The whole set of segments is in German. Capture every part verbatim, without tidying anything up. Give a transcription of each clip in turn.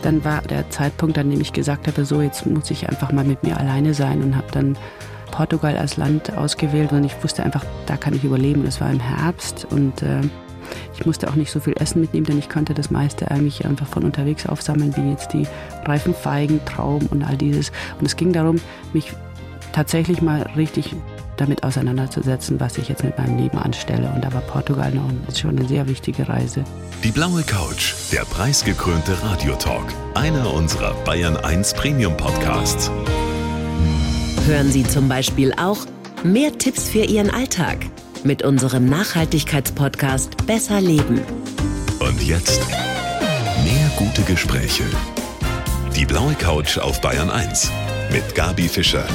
Dann war der Zeitpunkt, an dem ich gesagt habe, so jetzt muss ich einfach mal mit mir alleine sein und habe dann Portugal als Land ausgewählt und ich wusste einfach, da kann ich überleben. Das war im Herbst und äh, ich musste auch nicht so viel Essen mitnehmen, denn ich konnte das meiste eigentlich einfach von unterwegs aufsammeln, wie jetzt die reifen Feigen, Trauben und all dieses. Und es ging darum, mich tatsächlich mal richtig damit auseinanderzusetzen, was ich jetzt mit meinem Leben anstelle. Und da war Portugal noch schon eine sehr wichtige Reise. Die blaue Couch, der preisgekrönte Radiotalk. Einer unserer Bayern eins Premium-Podcasts. Hören Sie zum Beispiel auch mehr Tipps für Ihren Alltag mit unserem Nachhaltigkeitspodcast Besser Leben. Und jetzt mehr gute Gespräche. Die blaue Couch auf Bayern eins mit Gabi Fischer.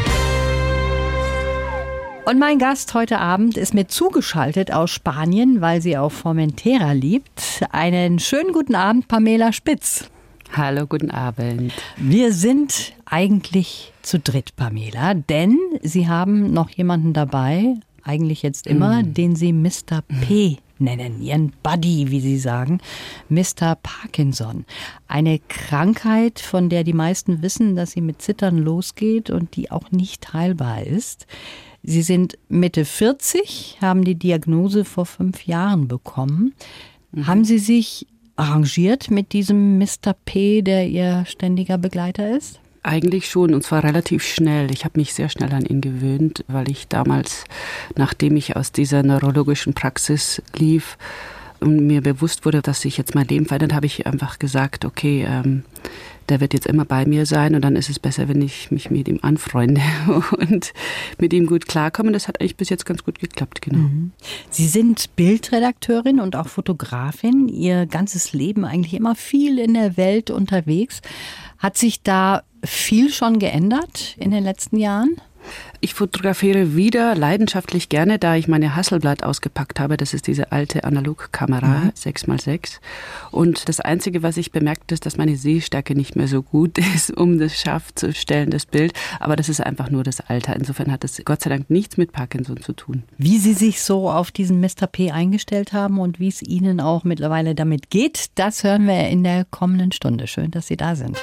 Und mein Gast heute Abend ist mir zugeschaltet aus Spanien, weil sie auf Formentera lebt. Einen schönen guten Abend, Pamela Spitz. Hallo, guten Abend. Wir sind eigentlich zu dritt, Pamela, denn Sie haben noch jemanden dabei, eigentlich jetzt immer, mm. den Sie Mister P nennen, Ihren Buddy, wie Sie sagen, Mister Parkinson. Eine Krankheit, von der die meisten wissen, dass sie mit Zittern losgeht und die auch nicht heilbar ist. Sie sind Mitte vierzig, haben die Diagnose vor fünf Jahren bekommen. Mhm. Haben Sie sich arrangiert mit diesem Mister P, der Ihr ständiger Begleiter ist? Eigentlich schon, und zwar relativ schnell. Ich habe mich sehr schnell an ihn gewöhnt, weil ich damals, nachdem ich aus dieser neurologischen Praxis lief und mir bewusst wurde, dass sich jetzt mein Leben verändert, habe ich einfach gesagt, okay, ähm, der wird jetzt immer bei mir sein und dann ist es besser, wenn ich mich mit ihm anfreunde und mit ihm gut klarkomme. Das hat eigentlich bis jetzt ganz gut geklappt, genau. Sie sind Bildredakteurin und auch Fotografin. Ihr ganzes Leben eigentlich immer viel in der Welt unterwegs. Hat sich da viel schon geändert in den letzten Jahren? Ich fotografiere wieder leidenschaftlich gerne, da ich meine Hasselblad ausgepackt habe. Das ist diese alte Analogkamera, mhm. sechs mal sechs. Und das Einzige, was ich bemerkt, ist, dass meine Sehstärke nicht mehr so gut ist, um das scharf zu stellen, das Bild. Aber das ist einfach nur das Alter. Insofern hat das Gott sei Dank nichts mit Parkinson zu tun. Wie Sie sich so auf diesen Mister P eingestellt haben und wie es Ihnen auch mittlerweile damit geht, das hören wir in der kommenden Stunde. Schön, dass Sie da sind.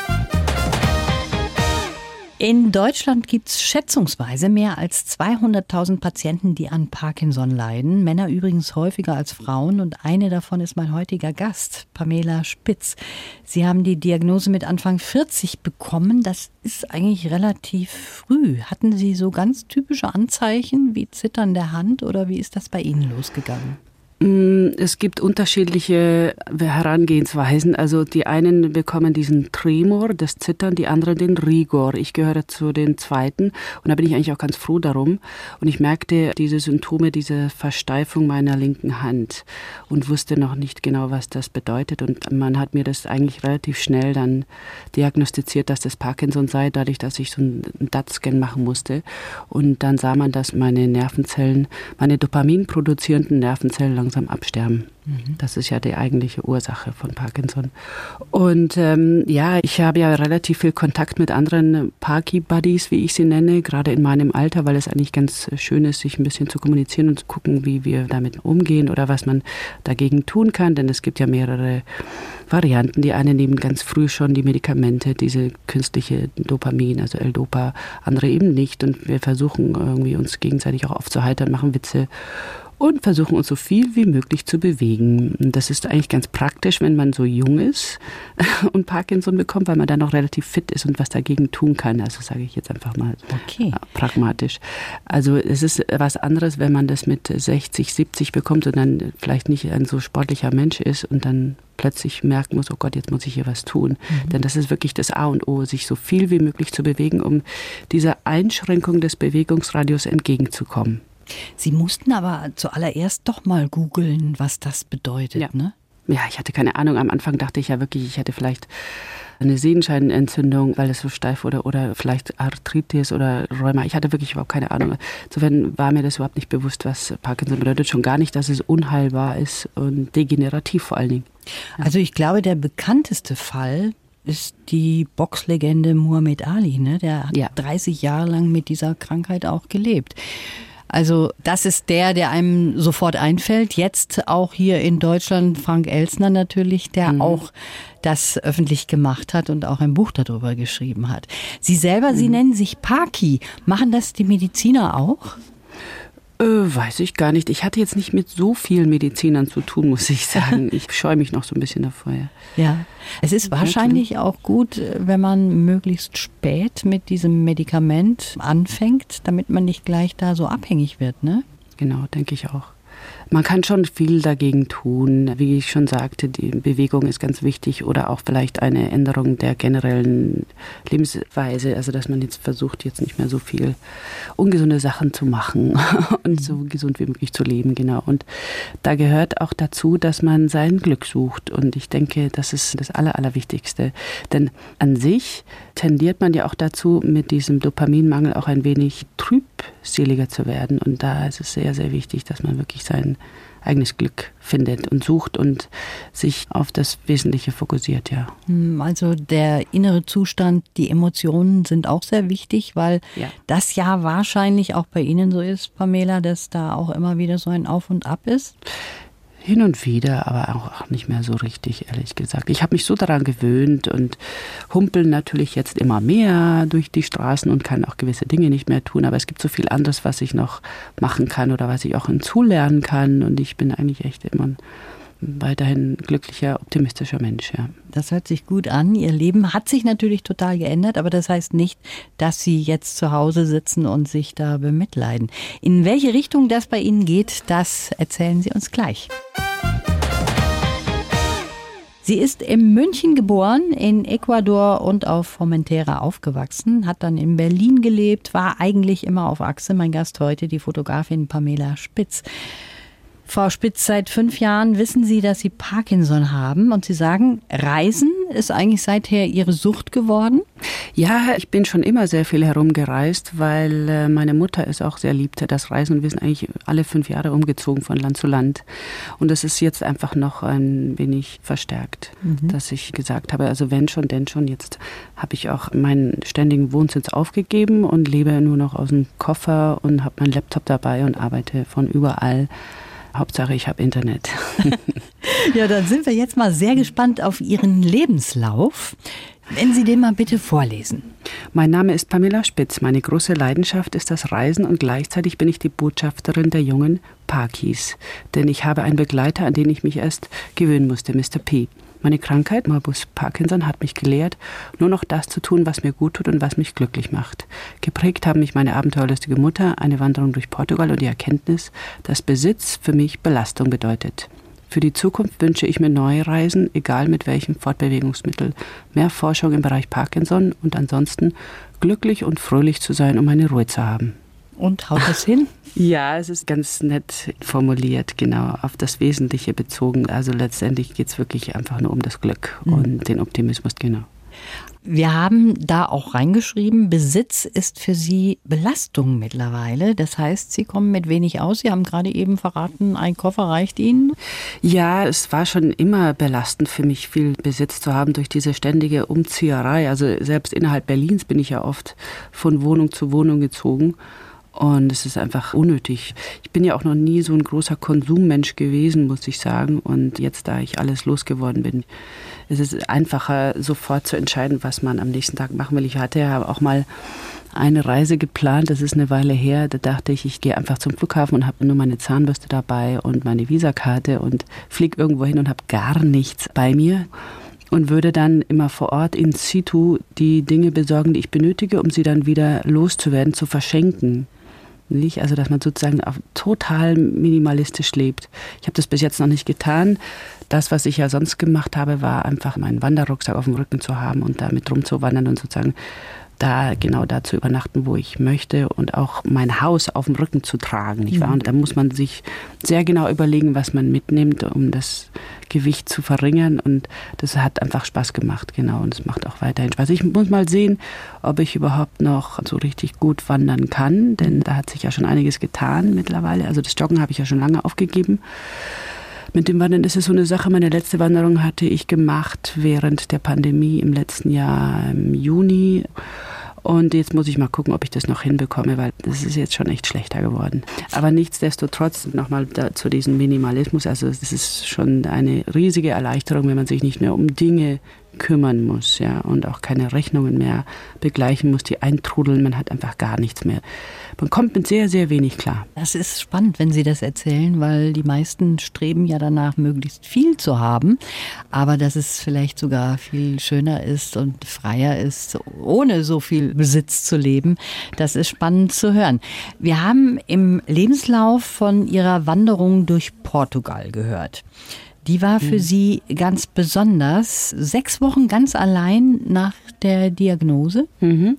In Deutschland gibt es schätzungsweise mehr als zweihunderttausend Patienten, die an Parkinson leiden. Männer übrigens häufiger als Frauen. Und eine davon ist mein heutiger Gast, Pamela Spitz. Sie haben die Diagnose mit Anfang vierzig bekommen. Das ist eigentlich relativ früh. Hatten Sie so ganz typische Anzeichen wie Zittern der Hand oder wie ist das bei Ihnen losgegangen? Es gibt unterschiedliche Herangehensweisen. Also die einen bekommen diesen Tremor, das Zittern, die anderen den Rigor. Ich gehöre zu den zweiten und da bin ich eigentlich auch ganz froh darum. Und ich merkte diese Symptome, diese Versteifung meiner linken Hand und wusste noch nicht genau, was das bedeutet. Und man hat mir das eigentlich relativ schnell dann diagnostiziert, dass das Parkinson sei, dadurch, dass ich so einen D A T-Scan machen musste. Und dann sah man, dass meine Nervenzellen, meine Dopamin produzierenden Nervenzellen langsam absterben. Mhm. Das ist ja die eigentliche Ursache von Parkinson. Und ähm, ja, ich habe ja relativ viel Kontakt mit anderen Parky-Buddies, wie ich sie nenne, gerade in meinem Alter, weil es eigentlich ganz schön ist, sich ein bisschen zu kommunizieren und zu gucken, wie wir damit umgehen oder was man dagegen tun kann, denn es gibt ja mehrere Varianten. Die eine nehmen ganz früh schon die Medikamente, diese künstliche Dopamin, also L-Dopa, andere eben nicht und wir versuchen irgendwie uns gegenseitig auch aufzuheitern, machen Witze und versuchen uns so viel wie möglich zu bewegen. Das ist eigentlich ganz praktisch, wenn man so jung ist und Parkinson bekommt, weil man dann noch relativ fit ist und was dagegen tun kann. Also sage ich jetzt einfach mal okay. pragmatisch. Also es ist was anderes, wenn man das mit sechzig, siebzig bekommt und dann vielleicht nicht ein so sportlicher Mensch ist und dann plötzlich merken muss, oh Gott, jetzt muss ich hier was tun. Mhm. Denn das ist wirklich das A und O, sich so viel wie möglich zu bewegen, um dieser Einschränkung des Bewegungsradius entgegenzukommen. Sie mussten aber zuallererst doch mal googeln, was das bedeutet, ja. ne? Ja, ich hatte keine Ahnung. Am Anfang dachte ich ja wirklich, ich hätte vielleicht eine Sehenscheinentzündung, weil es so steif wurde, oder vielleicht Arthritis oder Rheuma. Ich hatte wirklich überhaupt keine Ahnung. Insofern war mir das überhaupt nicht bewusst, was Parkinson bedeutet. Schon gar nicht, dass es unheilbar ist und degenerativ vor allen Dingen. Ja. Also ich glaube, der bekannteste Fall ist die Boxlegende Muhammad Ali, ne? Der hat ja. dreißig Jahre lang mit dieser Krankheit auch gelebt. Also das ist der, der einem sofort einfällt. Jetzt auch hier in Deutschland Frank Elstner natürlich, der mhm. auch das öffentlich gemacht hat und auch ein Buch darüber geschrieben hat. Sie selber, mhm. Sie nennen sich Paki. Machen das die Mediziner auch? Äh, weiß ich gar nicht. Ich hatte jetzt nicht mit so vielen Medizinern zu tun, muss ich sagen. Ich scheue mich noch so ein bisschen davor. Ja, ja. Es ist wahrscheinlich auch gut, wenn man möglichst spät mit diesem Medikament anfängt, damit man nicht gleich da so abhängig wird, ne? Genau, denke ich auch. Man kann schon viel dagegen tun. Wie ich schon sagte, die Bewegung ist ganz wichtig oder auch vielleicht eine Änderung der generellen Lebensweise. Also dass man jetzt versucht, jetzt nicht mehr so viel ungesunde Sachen zu machen und so gesund wie möglich zu leben. Genau. Und da gehört auch dazu, dass man sein Glück sucht. Und ich denke, das ist das Aller, Allerwichtigste. Denn an sich tendiert man ja auch dazu, mit diesem Dopaminmangel auch ein wenig trübseliger zu werden. Und da ist es sehr, sehr wichtig, dass man wirklich sein eigenes Glück findet und sucht und sich auf das Wesentliche fokussiert, ja. Also der innere Zustand, die Emotionen sind auch sehr wichtig, weil ja. das ja wahrscheinlich auch bei Ihnen so ist, Pamela, dass da auch immer wieder so ein Auf und Ab ist. Hin und wieder, aber auch nicht mehr so richtig, ehrlich gesagt. Ich habe mich so daran gewöhnt und humpel natürlich jetzt immer mehr durch die Straßen und kann auch gewisse Dinge nicht mehr tun. Aber es gibt so viel anderes, was ich noch machen kann oder was ich auch hinzulernen kann. Und ich bin eigentlich echt immer ein weiterhin glücklicher, optimistischer Mensch, ja. Das hört sich gut an. Ihr Leben hat sich natürlich total geändert, aber das heißt nicht, dass Sie jetzt zu Hause sitzen und sich da bemitleiden. In welche Richtung das bei Ihnen geht, das erzählen Sie uns gleich. Sie ist in München geboren, in Ecuador und auf Formentera aufgewachsen, hat dann in Berlin gelebt, war eigentlich immer auf Achse. Mein Gast heute, die Fotografin Pamela Spitz. Frau Spitz, seit fünf Jahren wissen Sie, dass Sie Parkinson haben und Sie sagen, Reisen ist eigentlich seither Ihre Sucht geworden? Ja, ich bin schon immer sehr viel herumgereist, weil meine Mutter es auch sehr liebte, das Reisen. Und wir sind eigentlich alle fünf Jahre umgezogen von Land zu Land. Und das ist jetzt einfach noch ein wenig verstärkt, mhm. dass ich gesagt habe, also wenn schon, denn schon. Jetzt habe ich auch meinen ständigen Wohnsitz aufgegeben und lebe nur noch aus dem Koffer und habe meinen Laptop dabei und arbeite von überall. Hauptsache, ich habe Internet. Ja, dann sind wir jetzt mal sehr gespannt auf Ihren Lebenslauf. Wenn Sie den mal bitte vorlesen. Mein Name ist Pamela Spitz. Meine große Leidenschaft ist das Reisen und gleichzeitig bin ich die Botschafterin der jungen Pakis. Denn ich habe einen Begleiter, an den ich mich erst gewöhnen musste, Mister P. Meine Krankheit, Morbus Parkinson, hat mich gelehrt, nur noch das zu tun, was mir gut tut und was mich glücklich macht. Geprägt haben mich meine abenteuerlustige Mutter, eine Wanderung durch Portugal und die Erkenntnis, dass Besitz für mich Belastung bedeutet. Für die Zukunft wünsche ich mir neue Reisen, egal mit welchem Fortbewegungsmittel, mehr Forschung im Bereich Parkinson und ansonsten glücklich und fröhlich zu sein, um meine Ruhe zu haben. Und haut das hin? Ja, es ist ganz nett formuliert, genau, auf das Wesentliche bezogen. Also letztendlich geht es wirklich einfach nur um das Glück mhm. und den Optimismus, genau. Wir haben da auch reingeschrieben, Besitz ist für Sie Belastung mittlerweile. Das heißt, Sie kommen mit wenig aus. Sie haben gerade eben verraten, ein Koffer reicht Ihnen? Ja, es war schon immer belastend für mich, viel Besitz zu haben durch diese ständige Umzieherei. Also selbst innerhalb Berlins bin ich ja oft von Wohnung zu Wohnung gezogen. Und es ist einfach unnötig. Ich bin ja auch noch nie so ein großer Konsummensch gewesen, muss ich sagen. Und jetzt, da ich alles losgeworden bin, ist es einfacher, sofort zu entscheiden, was man am nächsten Tag machen will. Ich hatte ja auch mal eine Reise geplant, das ist eine Weile her. Da dachte ich, ich gehe einfach zum Flughafen und habe nur meine Zahnbürste dabei und meine Visakarte und fliege irgendwo hin und habe gar nichts bei mir. Und würde dann immer vor Ort in situ die Dinge besorgen, die ich benötige, um sie dann wieder loszuwerden, zu verschenken. Nicht? Also dass man sozusagen auch total minimalistisch lebt. Ich habe das bis jetzt noch nicht getan. Das, was ich ja sonst gemacht habe, war einfach meinen Wanderrucksack auf dem Rücken zu haben und damit rumzuwandern und sozusagen da genau da zu übernachten, wo ich möchte und auch mein Haus auf dem Rücken zu tragen. Nicht wahr? Und da muss man sich sehr genau überlegen, was man mitnimmt, um das Gewicht zu verringern und das hat einfach Spaß gemacht, genau, und es macht auch weiterhin Spaß. Ich muss mal sehen, ob ich überhaupt noch so richtig gut wandern kann, denn da hat sich ja schon einiges getan mittlerweile. Also das Joggen habe ich ja schon lange aufgegeben. Mit dem Wandern ist es so eine Sache. Meine letzte Wanderung hatte ich gemacht während der Pandemie im letzten Jahr im Juni. Und jetzt muss ich mal gucken, ob ich das noch hinbekomme, weil das ist jetzt schon echt schlechter geworden. Aber nichtsdestotrotz nochmal zu diesem Minimalismus. Also es ist schon eine riesige Erleichterung, wenn man sich nicht mehr um Dinge kümmern muss, ja, und auch keine Rechnungen mehr begleichen muss, die eintrudeln. Man hat einfach gar nichts mehr. Man kommt mit sehr, sehr wenig klar. Das ist spannend, wenn Sie das erzählen, weil die meisten streben ja danach, möglichst viel zu haben. Aber dass es vielleicht sogar viel schöner ist und freier ist, ohne so viel Besitz zu leben, das ist spannend zu hören. Wir haben im Lebenslauf von Ihrer Wanderung durch Portugal gehört. Die war für mhm. Sie ganz besonders. Sechs Wochen ganz allein nach der Diagnose? Mhm.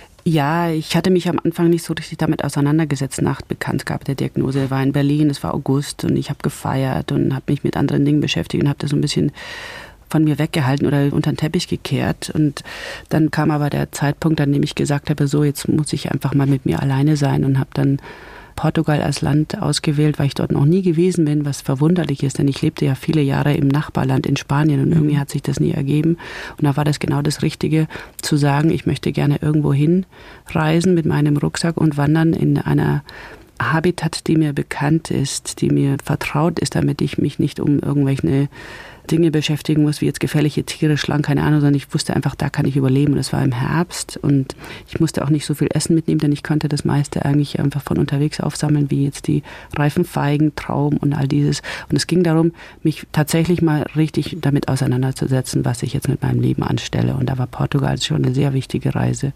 Ja, ich hatte mich am Anfang nicht so richtig damit auseinandergesetzt nach Bekanntgabe der Diagnose. Ich war in Berlin, es war August und ich habe gefeiert und habe mich mit anderen Dingen beschäftigt und habe das so ein bisschen von mir weggehalten oder unter den Teppich gekehrt. Und dann kam aber der Zeitpunkt, an dem ich gesagt habe, so jetzt muss ich einfach mal mit mir alleine sein und habe dann Portugal als Land ausgewählt, weil ich dort noch nie gewesen bin, was verwunderlich ist, denn ich lebte ja viele Jahre im Nachbarland in Spanien und irgendwie hat sich das nie ergeben. Und da war das genau das Richtige, zu sagen, ich möchte gerne irgendwo hinreisen mit meinem Rucksack und wandern in einer Habitat, die mir bekannt ist, die mir vertraut ist, damit ich mich nicht um irgendwelche Dinge beschäftigen muss, wie jetzt gefährliche Tiere, Schlangen, keine Ahnung, sondern ich wusste einfach, da kann ich überleben. Und es war im Herbst und ich musste auch nicht so viel Essen mitnehmen, denn ich konnte das meiste eigentlich einfach von unterwegs aufsammeln, wie jetzt die reifen Feigen, Trauben und all dieses. Und es ging darum, mich tatsächlich mal richtig damit auseinanderzusetzen, was ich jetzt mit meinem Leben anstelle. Und da war Portugal schon eine sehr wichtige Reise.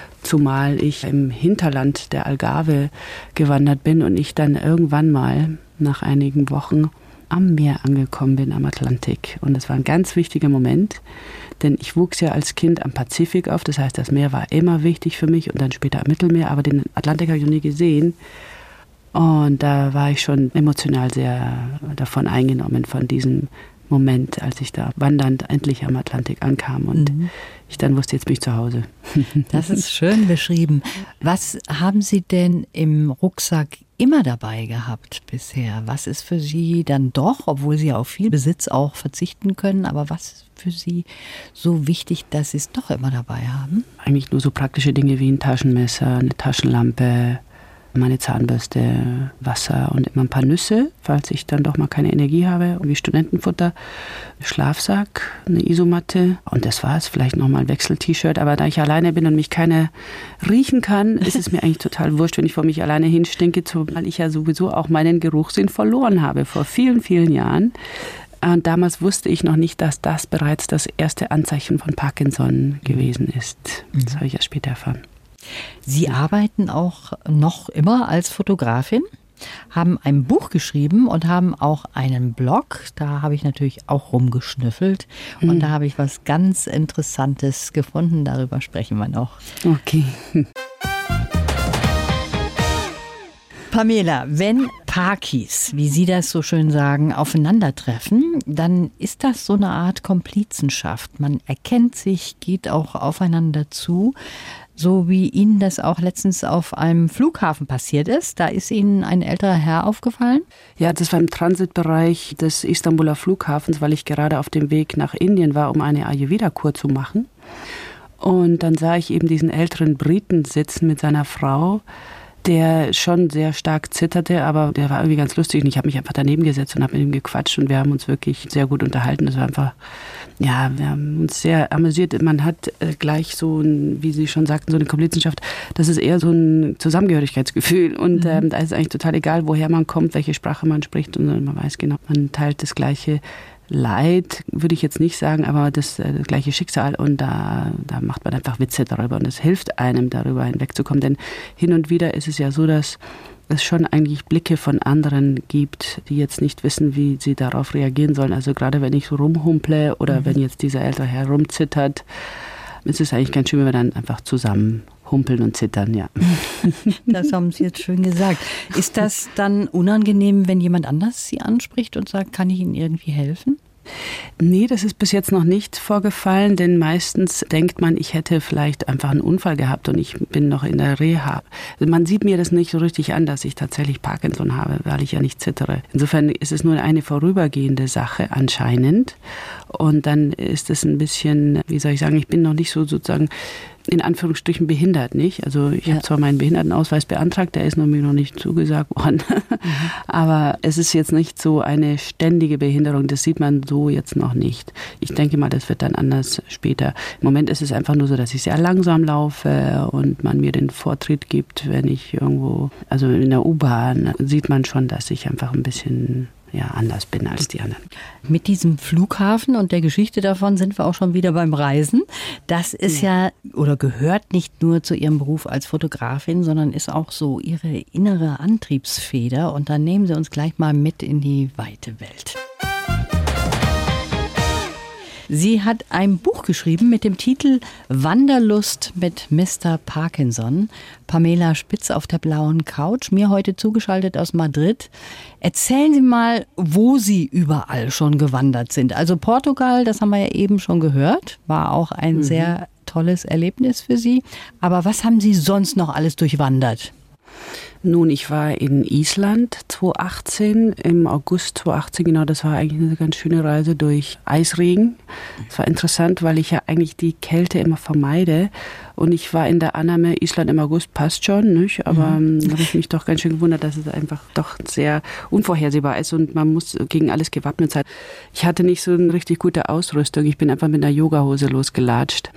Zumal ich im Hinterland der Algarve gewandert bin und ich dann irgendwann mal nach einigen Wochen am Meer angekommen bin, am Atlantik. Und das war ein ganz wichtiger Moment, denn ich wuchs ja als Kind am Pazifik auf. Das heißt, das Meer war immer wichtig für mich und dann später am Mittelmeer. Aber den Atlantik habe ich noch nie gesehen. Und da war ich schon emotional sehr davon eingenommen, von diesem Moment, als ich da wandernd endlich am Atlantik ankam und mhm. ich dann wusste, jetzt bin ich zu Hause. Das ist schön beschrieben. Was haben Sie denn im Rucksack immer dabei gehabt bisher? Was ist für Sie dann doch, obwohl Sie auf viel Besitz auch verzichten können, aber was ist für Sie so wichtig, dass Sie es doch immer dabei haben? Eigentlich nur so praktische Dinge wie ein Taschenmesser, eine Taschenlampe, meine Zahnbürste, Wasser und immer ein paar Nüsse, falls ich dann doch mal keine Energie habe, wie Studentenfutter, Schlafsack, eine Isomatte und das war's. Vielleicht nochmal ein Wechsel-T-Shirt, aber da ich alleine bin und mich keiner riechen kann, ist es mir eigentlich total wurscht, wenn ich vor mich alleine hinstinke, weil ich ja sowieso auch meinen Geruchssinn verloren habe vor vielen, vielen Jahren. Und damals wusste ich noch nicht, dass das bereits das erste Anzeichen von Parkinson gewesen ist. Das habe ich erst später erfahren. Sie arbeiten auch noch immer als Fotografin, haben ein Buch geschrieben und haben auch einen Blog. Da habe ich natürlich auch rumgeschnüffelt und mhm. da habe ich was ganz Interessantes gefunden. Darüber sprechen wir noch. Okay. Pamela, wenn Pakis, wie Sie das so schön sagen, aufeinandertreffen, dann ist das so eine Art Komplizenschaft. Man erkennt sich, geht auch aufeinander zu. So wie Ihnen das auch letztens auf einem Flughafen passiert ist. Da ist Ihnen ein älterer Herr aufgefallen? Ja, das war im Transitbereich des Istanbuler Flughafens, weil ich gerade auf dem Weg nach Indien war, um eine Ayurveda-Kur zu machen. Und dann sah ich eben diesen älteren Briten sitzen mit seiner Frau, der schon sehr stark zitterte, aber der war irgendwie ganz lustig und ich habe mich einfach daneben gesetzt und habe mit ihm gequatscht und wir haben uns wirklich sehr gut unterhalten. Das war einfach, ja, wir haben uns sehr amüsiert. Man hat äh, gleich so, ein, wie Sie schon sagten, so eine Komplizenschaft. Das ist eher so ein Zusammengehörigkeitsgefühl und mhm. ähm, da ist es eigentlich total egal, woher man kommt, welche Sprache man spricht und man weiß genau, man teilt das gleiche Leid, würde ich jetzt nicht sagen, aber das, das gleiche Schicksal und da, da macht man einfach Witze darüber und es hilft einem, darüber hinwegzukommen, denn hin und wieder ist es ja so, dass es schon eigentlich Blicke von anderen gibt, die jetzt nicht wissen, wie sie darauf reagieren sollen. Also gerade wenn ich so rumhumple oder mhm. wenn jetzt dieser ältere Herr rumzittert, ist es eigentlich ganz schön, wenn wir dann einfach zusammen humpeln und zittern, ja. Das haben Sie jetzt schön gesagt. Ist das dann unangenehm, wenn jemand anders Sie anspricht und sagt, kann ich Ihnen irgendwie helfen? Nee, das ist bis jetzt noch nicht vorgefallen, denn meistens denkt man, ich hätte vielleicht einfach einen Unfall gehabt und ich bin noch in der Reha. Also man sieht mir das nicht so richtig an, dass ich tatsächlich Parkinson habe, weil ich ja nicht zittere. Insofern ist es nur eine vorübergehende Sache anscheinend und dann ist es ein bisschen, wie soll ich sagen, ich bin noch nicht so sozusagen in Anführungsstrichen behindert, nicht? Also ich ja. habe zwar meinen Behindertenausweis beantragt, der ist noch mir noch nicht zugesagt worden, mhm. aber es ist jetzt nicht so eine ständige Behinderung, das sieht man so jetzt noch nicht. Ich denke mal, das wird dann anders später. Im Moment ist es einfach nur so, dass ich sehr langsam laufe und man mir den Vortritt gibt, wenn ich irgendwo, also in der U-Bahn, sieht man schon, dass ich einfach ein bisschen ja, anders bin als die anderen. Mit diesem Flughafen und der Geschichte davon sind wir auch schon wieder beim Reisen. Das ist ja, ja oder gehört nicht nur zu Ihrem Beruf als Fotografin, sondern ist auch so Ihre innere Antriebsfeder. Und dann nehmen Sie uns gleich mal mit in die weite Welt. Sie hat ein Buch geschrieben mit dem Titel Wanderlust mit Mister Parkinson. Pamela Spitz auf der blauen Couch, mir heute zugeschaltet aus Madrid. Erzählen Sie mal, wo Sie überall schon gewandert sind. Also Portugal, das haben wir ja eben schon gehört, war auch ein mhm. sehr tolles Erlebnis für Sie. Aber was haben Sie sonst noch alles durchwandert? Nun, ich war in Island zweitausendachtzehn, im August zweitausendachtzehn, genau, das war eigentlich eine ganz schöne Reise durch Eisregen. Es war interessant, weil ich ja eigentlich die Kälte immer vermeide und ich war in der Annahme, Island im August passt schon, nicht? Aber mhm. da habe ich mich doch ganz schön gewundert, dass es einfach doch sehr unvorhersehbar ist und man muss gegen alles gewappnet sein. Ich hatte nicht so eine richtig gute Ausrüstung, ich bin einfach mit einer Yogahose losgelatscht.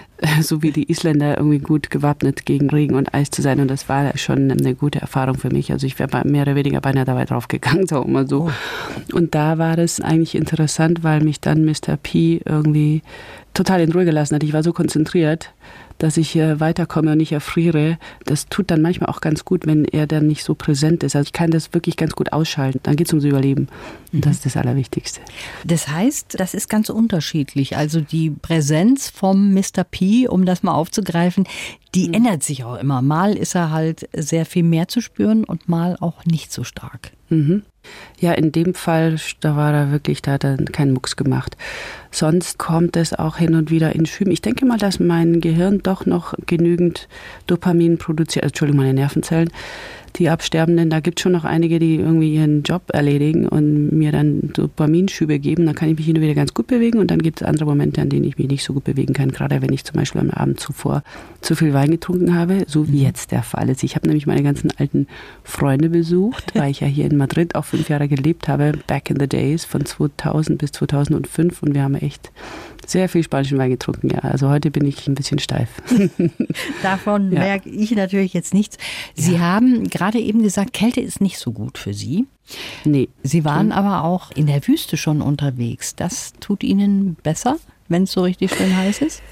So wie die Isländer irgendwie gut gewappnet gegen Regen und Eis zu sein. Und das war schon eine gute Erfahrung für mich. Also ich wäre mehr oder weniger beinahe dabei drauf gegangen, sagen wir mal so. Oh. Und da war das eigentlich interessant, weil mich dann Mister P irgendwie total in Ruhe gelassen hat. Ich war so konzentriert, dass ich hier weiterkomme und nicht erfriere. Das tut dann manchmal auch ganz gut, wenn er dann nicht so präsent ist. Also ich kann das wirklich ganz gut ausschalten. Dann geht es ums Überleben. Und das ist das Allerwichtigste. Das heißt, das ist ganz unterschiedlich. Also die Präsenz vom Mister P, um das mal aufzugreifen, die mhm. ändert sich auch immer. Mal ist er halt sehr viel mehr zu spüren und mal auch nicht so stark. Mhm. Ja, in dem Fall, da war er wirklich, da hat er keinen Mucks gemacht. Sonst kommt es auch hin und wieder in Schüben. Ich denke mal, dass mein Gehirn doch noch genügend Dopamin produziert, Entschuldigung, meine Nervenzellen, die absterbenden. Da gibt es schon noch einige, die irgendwie ihren Job erledigen und mir dann Dopaminschübe geben. Dann kann ich mich hin und wieder ganz gut bewegen und dann gibt es andere Momente, an denen ich mich nicht so gut bewegen kann. Gerade wenn ich zum Beispiel am Abend zuvor zu viel Wein getrunken habe, so wie jetzt der Fall ist. Ich habe nämlich meine ganzen alten Freunde besucht, weil ich ja hier in Madrid auch fünf Jahre gelebt habe, back in the days, von zweitausend bis zweitausendfünf und wir haben echt sehr viel spanischen Wein getrunken, ja. Also heute bin ich ein bisschen steif. Davon ja. merke ich natürlich jetzt nichts. Sie ja. haben gerade eben gesagt, Kälte ist nicht so gut für Sie. Nee. Sie waren mhm. aber auch in der Wüste schon unterwegs. Das tut Ihnen besser, wenn es so richtig schön heiß ist?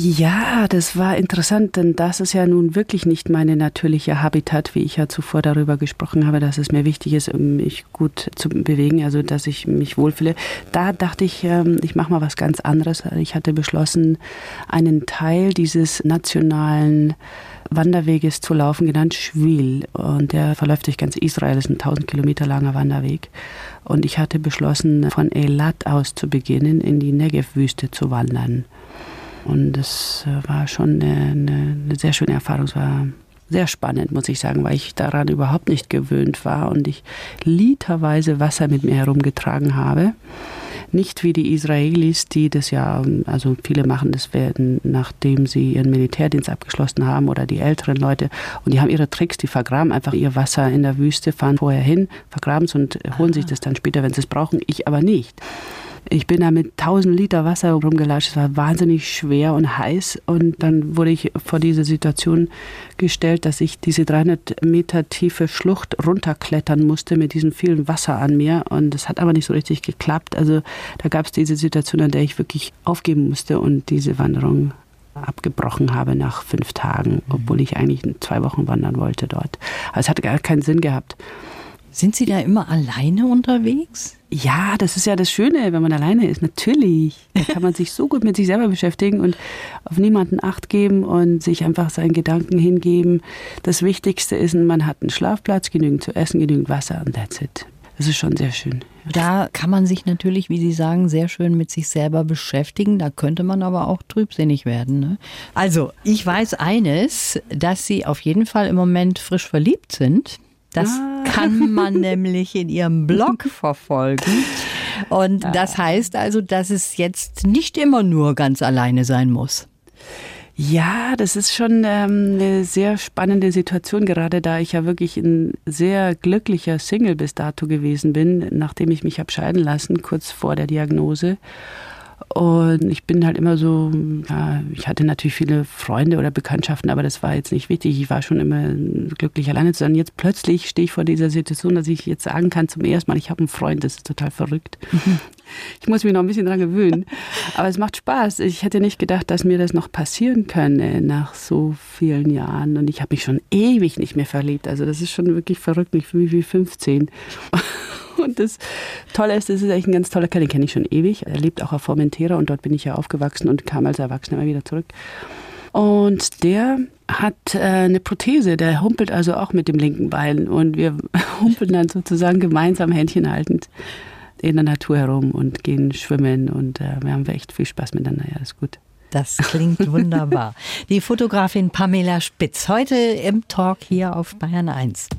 Ja, das war interessant, denn das ist ja nun wirklich nicht meine natürliche Habitat, wie ich ja zuvor darüber gesprochen habe, dass es mir wichtig ist, mich gut zu bewegen, also dass ich mich wohlfühle. Da dachte ich, ich mache mal was ganz anderes. Ich hatte beschlossen, einen Teil dieses nationalen Wanderweges zu laufen, genannt Schwil. Und der verläuft durch ganz Israel, das ist ein tausend Kilometer langer Wanderweg. Und ich hatte beschlossen, von Eilat aus zu beginnen, in die Negev-Wüste zu wandern. Und das war schon eine, eine, eine sehr schöne Erfahrung. Es war sehr spannend, muss ich sagen, weil ich daran überhaupt nicht gewöhnt war und ich literweise Wasser mit mir herumgetragen habe. Nicht wie die Israelis, die das ja, also viele machen das, werden, nachdem sie ihren Militärdienst abgeschlossen haben oder die älteren Leute. Und die haben ihre Tricks, die vergraben einfach ihr Wasser in der Wüste, fahren vorher hin, vergraben es und holen sich das dann später, wenn sie es brauchen. Ich aber nicht. Ich bin da mit tausend Liter Wasser rumgelatscht. Es war wahnsinnig schwer und heiß. Und dann wurde ich vor diese Situation gestellt, dass ich diese dreihundert Meter tiefe Schlucht runterklettern musste mit diesem vielen Wasser an mir. Und das hat aber nicht so richtig geklappt. Also da gab es diese Situation, an der ich wirklich aufgeben musste und diese Wanderung abgebrochen habe nach fünf Tagen, obwohl ich eigentlich zwei Wochen wandern wollte dort. Aber es hat gar keinen Sinn gehabt. Sind Sie da immer alleine unterwegs? Ja, das ist ja das Schöne, wenn man alleine ist. Natürlich. Da kann man sich so gut mit sich selber beschäftigen und auf niemanden Acht geben und sich einfach seinen Gedanken hingeben. Das Wichtigste ist, man hat einen Schlafplatz, genügend zu essen, genügend Wasser und that's it. Das ist schon sehr schön. Da kann man sich natürlich, wie Sie sagen, sehr schön mit sich selber beschäftigen. Da könnte man aber auch trübsinnig werden. Ne? Also, ich weiß eines, dass Sie auf jeden Fall im Moment frisch verliebt sind. Das ah. kann man nämlich in Ihrem Blog verfolgen. Und das heißt also, dass es jetzt nicht immer nur ganz alleine sein muss. Ja, das ist schon ähm, eine sehr spannende Situation, gerade da ich ja wirklich ein sehr glücklicher Single bis dato gewesen bin, nachdem ich mich habe scheiden lassen, kurz vor der Diagnose. Und ich bin halt immer so, ja, ich hatte natürlich viele Freunde oder Bekanntschaften, aber das war jetzt nicht wichtig. Ich war schon immer glücklich alleine zu sein. Jetzt plötzlich stehe ich vor dieser Situation, dass ich jetzt sagen kann zum ersten Mal, ich habe einen Freund. Das ist total verrückt. Mhm. Ich muss mich noch ein bisschen dran gewöhnen. Aber es macht Spaß. Ich hätte nicht gedacht, dass mir das noch passieren könne nach so vielen Jahren. Und ich habe mich schon ewig nicht mehr verliebt. Also das ist schon wirklich verrückt. Ich fühle mich wie fünfzehn. Und das Tolle ist, das ist echt ein ganz toller Kerl, den kenne ich schon ewig. Er lebt auch auf Formentera und dort bin ich ja aufgewachsen und kam als Erwachsener immer wieder zurück. Und der hat äh, eine Prothese, der humpelt also auch mit dem linken Bein. Und wir humpeln dann sozusagen gemeinsam Händchen haltend in der Natur herum und gehen schwimmen. Und äh, wir haben echt viel Spaß miteinander, ja, das ist gut. Das klingt wunderbar. Die Fotografin Pamela Spitz, heute im Talk hier auf Bayern eins.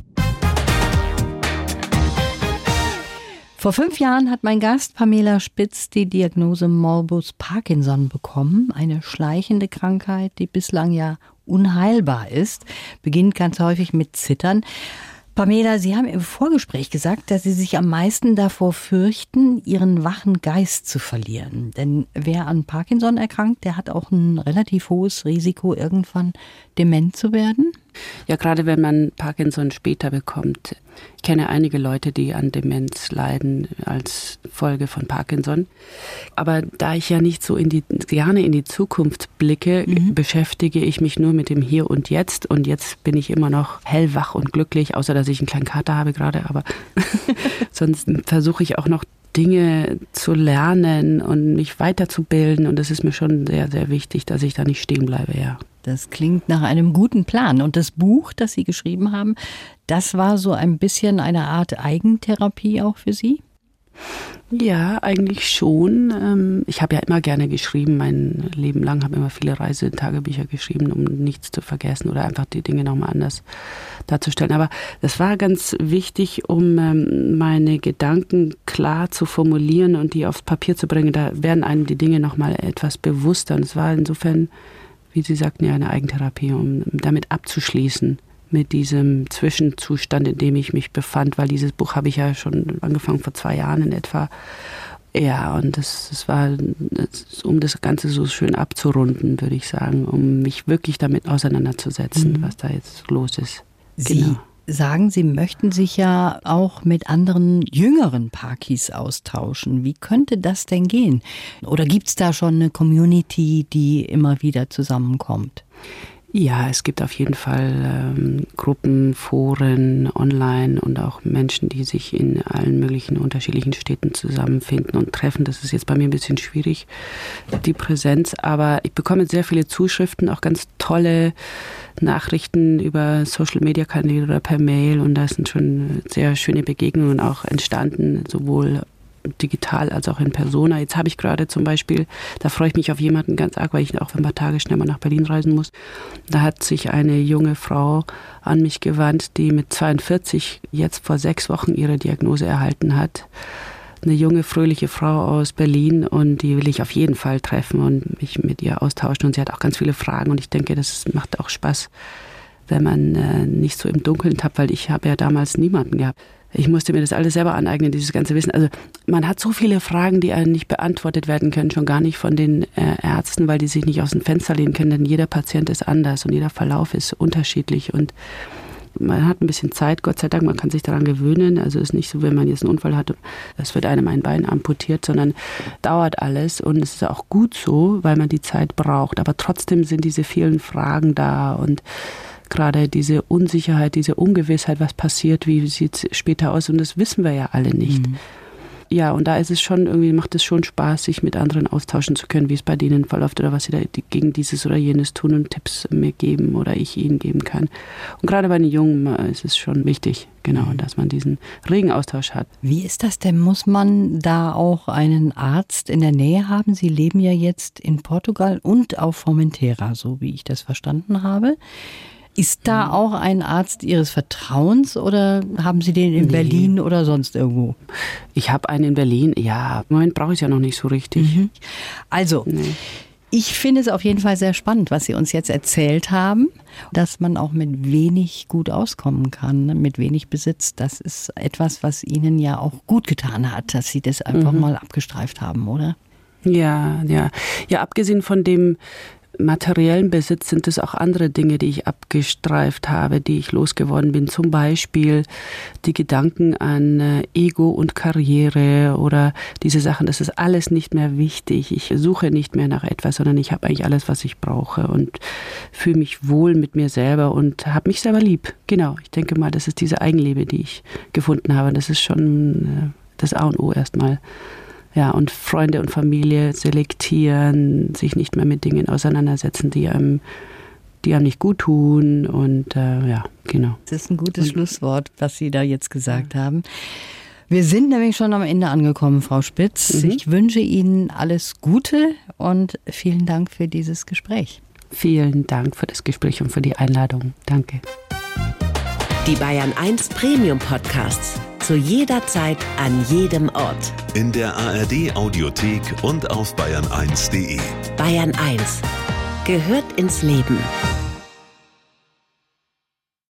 Vor fünf Jahren hat mein Gast Pamela Spitz die Diagnose Morbus Parkinson bekommen. Eine schleichende Krankheit, die bislang ja unheilbar ist. Beginnt ganz häufig mit Zittern. Pamela, Sie haben im Vorgespräch gesagt, dass Sie sich am meisten davor fürchten, Ihren wachen Geist zu verlieren. Denn wer an Parkinson erkrankt, der hat auch ein relativ hohes Risiko, irgendwann dement zu werden. Ja, gerade wenn man Parkinson später bekommt. Ich kenne einige Leute, die an Demenz leiden als Folge von Parkinson. Aber da ich ja nicht so in die, gerne in die Zukunft blicke, mhm. beschäftige ich mich nur mit dem Hier und Jetzt. Und jetzt bin ich immer noch hellwach und glücklich, außer dass ich einen kleinen Kater habe gerade. Aber sonst versuche ich auch noch Dinge zu lernen und mich weiterzubilden. Und das ist mir schon sehr, sehr wichtig, dass ich da nicht stehen bleibe, ja. Das klingt nach einem guten Plan. Und das Buch, das Sie geschrieben haben, das war so ein bisschen eine Art Eigentherapie auch für Sie? Ja, eigentlich schon. Ich habe ja immer gerne geschrieben, mein Leben lang habe immer viele Reisetagebücher geschrieben, um nichts zu vergessen oder einfach die Dinge nochmal anders darzustellen. Aber das war ganz wichtig, um meine Gedanken klar zu formulieren und die aufs Papier zu bringen. Da werden einem die Dinge nochmal etwas bewusster. Und es war insofern, wie Sie sagten, ja eine Eigentherapie, um damit abzuschließen. Mit diesem Zwischenzustand, in dem ich mich befand, weil dieses Buch habe ich ja schon angefangen vor zwei Jahren in etwa. Ja, und das, das war, das, um das Ganze so schön abzurunden, würde ich sagen, um mich wirklich damit auseinanderzusetzen, mhm. was da jetzt los ist. Sie genau. sagen, Sie möchten sich ja auch mit anderen jüngeren Parkis austauschen. Wie könnte das denn gehen? Oder gibt es da schon eine Community, die immer wieder zusammenkommt? Ja, es gibt auf jeden Fall ähm, Gruppen, Foren, online und auch Menschen, die sich in allen möglichen unterschiedlichen Städten zusammenfinden und treffen. Das ist jetzt bei mir ein bisschen schwierig, die Präsenz, aber ich bekomme sehr viele Zuschriften, auch ganz tolle Nachrichten über Social-Media-Kanäle oder per Mail und da sind schon sehr schöne Begegnungen auch entstanden, sowohl digital als auch in Persona. Jetzt habe ich gerade zum Beispiel, da freue ich mich auf jemanden ganz arg, weil ich auch für ein paar Tage schnell mal nach Berlin reisen muss. Da hat sich eine junge Frau an mich gewandt, die mit zweiundvierzig jetzt vor sechs Wochen ihre Diagnose erhalten hat. Eine junge, fröhliche Frau aus Berlin und die will ich auf jeden Fall treffen und mich mit ihr austauschen. Und sie hat auch ganz viele Fragen und ich denke, das macht auch Spaß, wenn man äh, nicht so im Dunkeln tappt, weil ich habe ja damals niemanden gehabt. Ich musste mir das alles selber aneignen, dieses ganze Wissen. Also man hat so viele Fragen, die einem nicht beantwortet werden können, schon gar nicht von den äh, Ärzten, weil die sich nicht aus dem Fenster lehnen können, denn jeder Patient ist anders und jeder Verlauf ist unterschiedlich und man hat ein bisschen Zeit, Gott sei Dank, man kann sich daran gewöhnen. Also es ist nicht so, wenn man jetzt einen Unfall hat, es wird einem ein Bein amputiert, sondern dauert alles und es ist auch gut so, weil man die Zeit braucht. Aber trotzdem sind diese vielen Fragen da und gerade diese Unsicherheit, diese Ungewissheit, was passiert, wie sieht es später aus und das wissen wir ja alle nicht. Mhm. Ja, und da ist es schon, irgendwie macht es schon Spaß, sich mit anderen austauschen zu können, wie es bei denen verläuft oder was sie da gegen dieses oder jenes tun und Tipps mir geben oder ich ihnen geben kann. Und gerade bei den Jungen ist es schon wichtig, genau, mhm. dass man diesen regen Austausch hat. Wie ist das denn? Muss man da auch einen Arzt in der Nähe haben? Sie leben ja jetzt in Portugal und auf Formentera, so wie ich das verstanden habe. Ist da auch ein Arzt Ihres Vertrauens oder haben Sie den in nee. Berlin oder sonst irgendwo? Ich habe einen in Berlin, ja. Im Moment brauche ich es ja noch nicht so richtig. Mhm. Also, nee. Ich finde es auf jeden Fall sehr spannend, was Sie uns jetzt erzählt haben, dass man auch mit wenig gut auskommen kann, mit wenig Besitz. Das ist etwas, was Ihnen ja auch gut getan hat, dass Sie das einfach mhm. mal abgestreift haben, oder? Ja, ja. Ja, abgesehen von dem materiellen Besitz sind es auch andere Dinge, die ich abgestreift habe, die ich losgeworden bin. Zum Beispiel die Gedanken an äh, Ego und Karriere oder diese Sachen. Das ist alles nicht mehr wichtig. Ich suche nicht mehr nach etwas, sondern ich habe eigentlich alles, was ich brauche und fühle mich wohl mit mir selber und habe mich selber lieb. Genau, ich denke mal, das ist diese Eigenliebe, die ich gefunden habe. Das ist schon äh, das A und O erstmal. Ja, und Freunde und Familie selektieren, sich nicht mehr mit Dingen auseinandersetzen, die einem, die einem nicht gut tun. Und äh, ja, genau. Das ist ein gutes und, Schlusswort, was Sie da jetzt gesagt ja. haben. Wir sind nämlich schon am Ende angekommen, Frau Spitz. Mhm. Ich wünsche Ihnen alles Gute und vielen Dank für dieses Gespräch. Vielen Dank für das Gespräch und für die Einladung. Danke. Die Bayern eins Premium Podcasts. Zu jeder Zeit, an jedem Ort. In der A R D Audiothek und auf bayern eins punkt de. Bayern eins gehört ins Leben.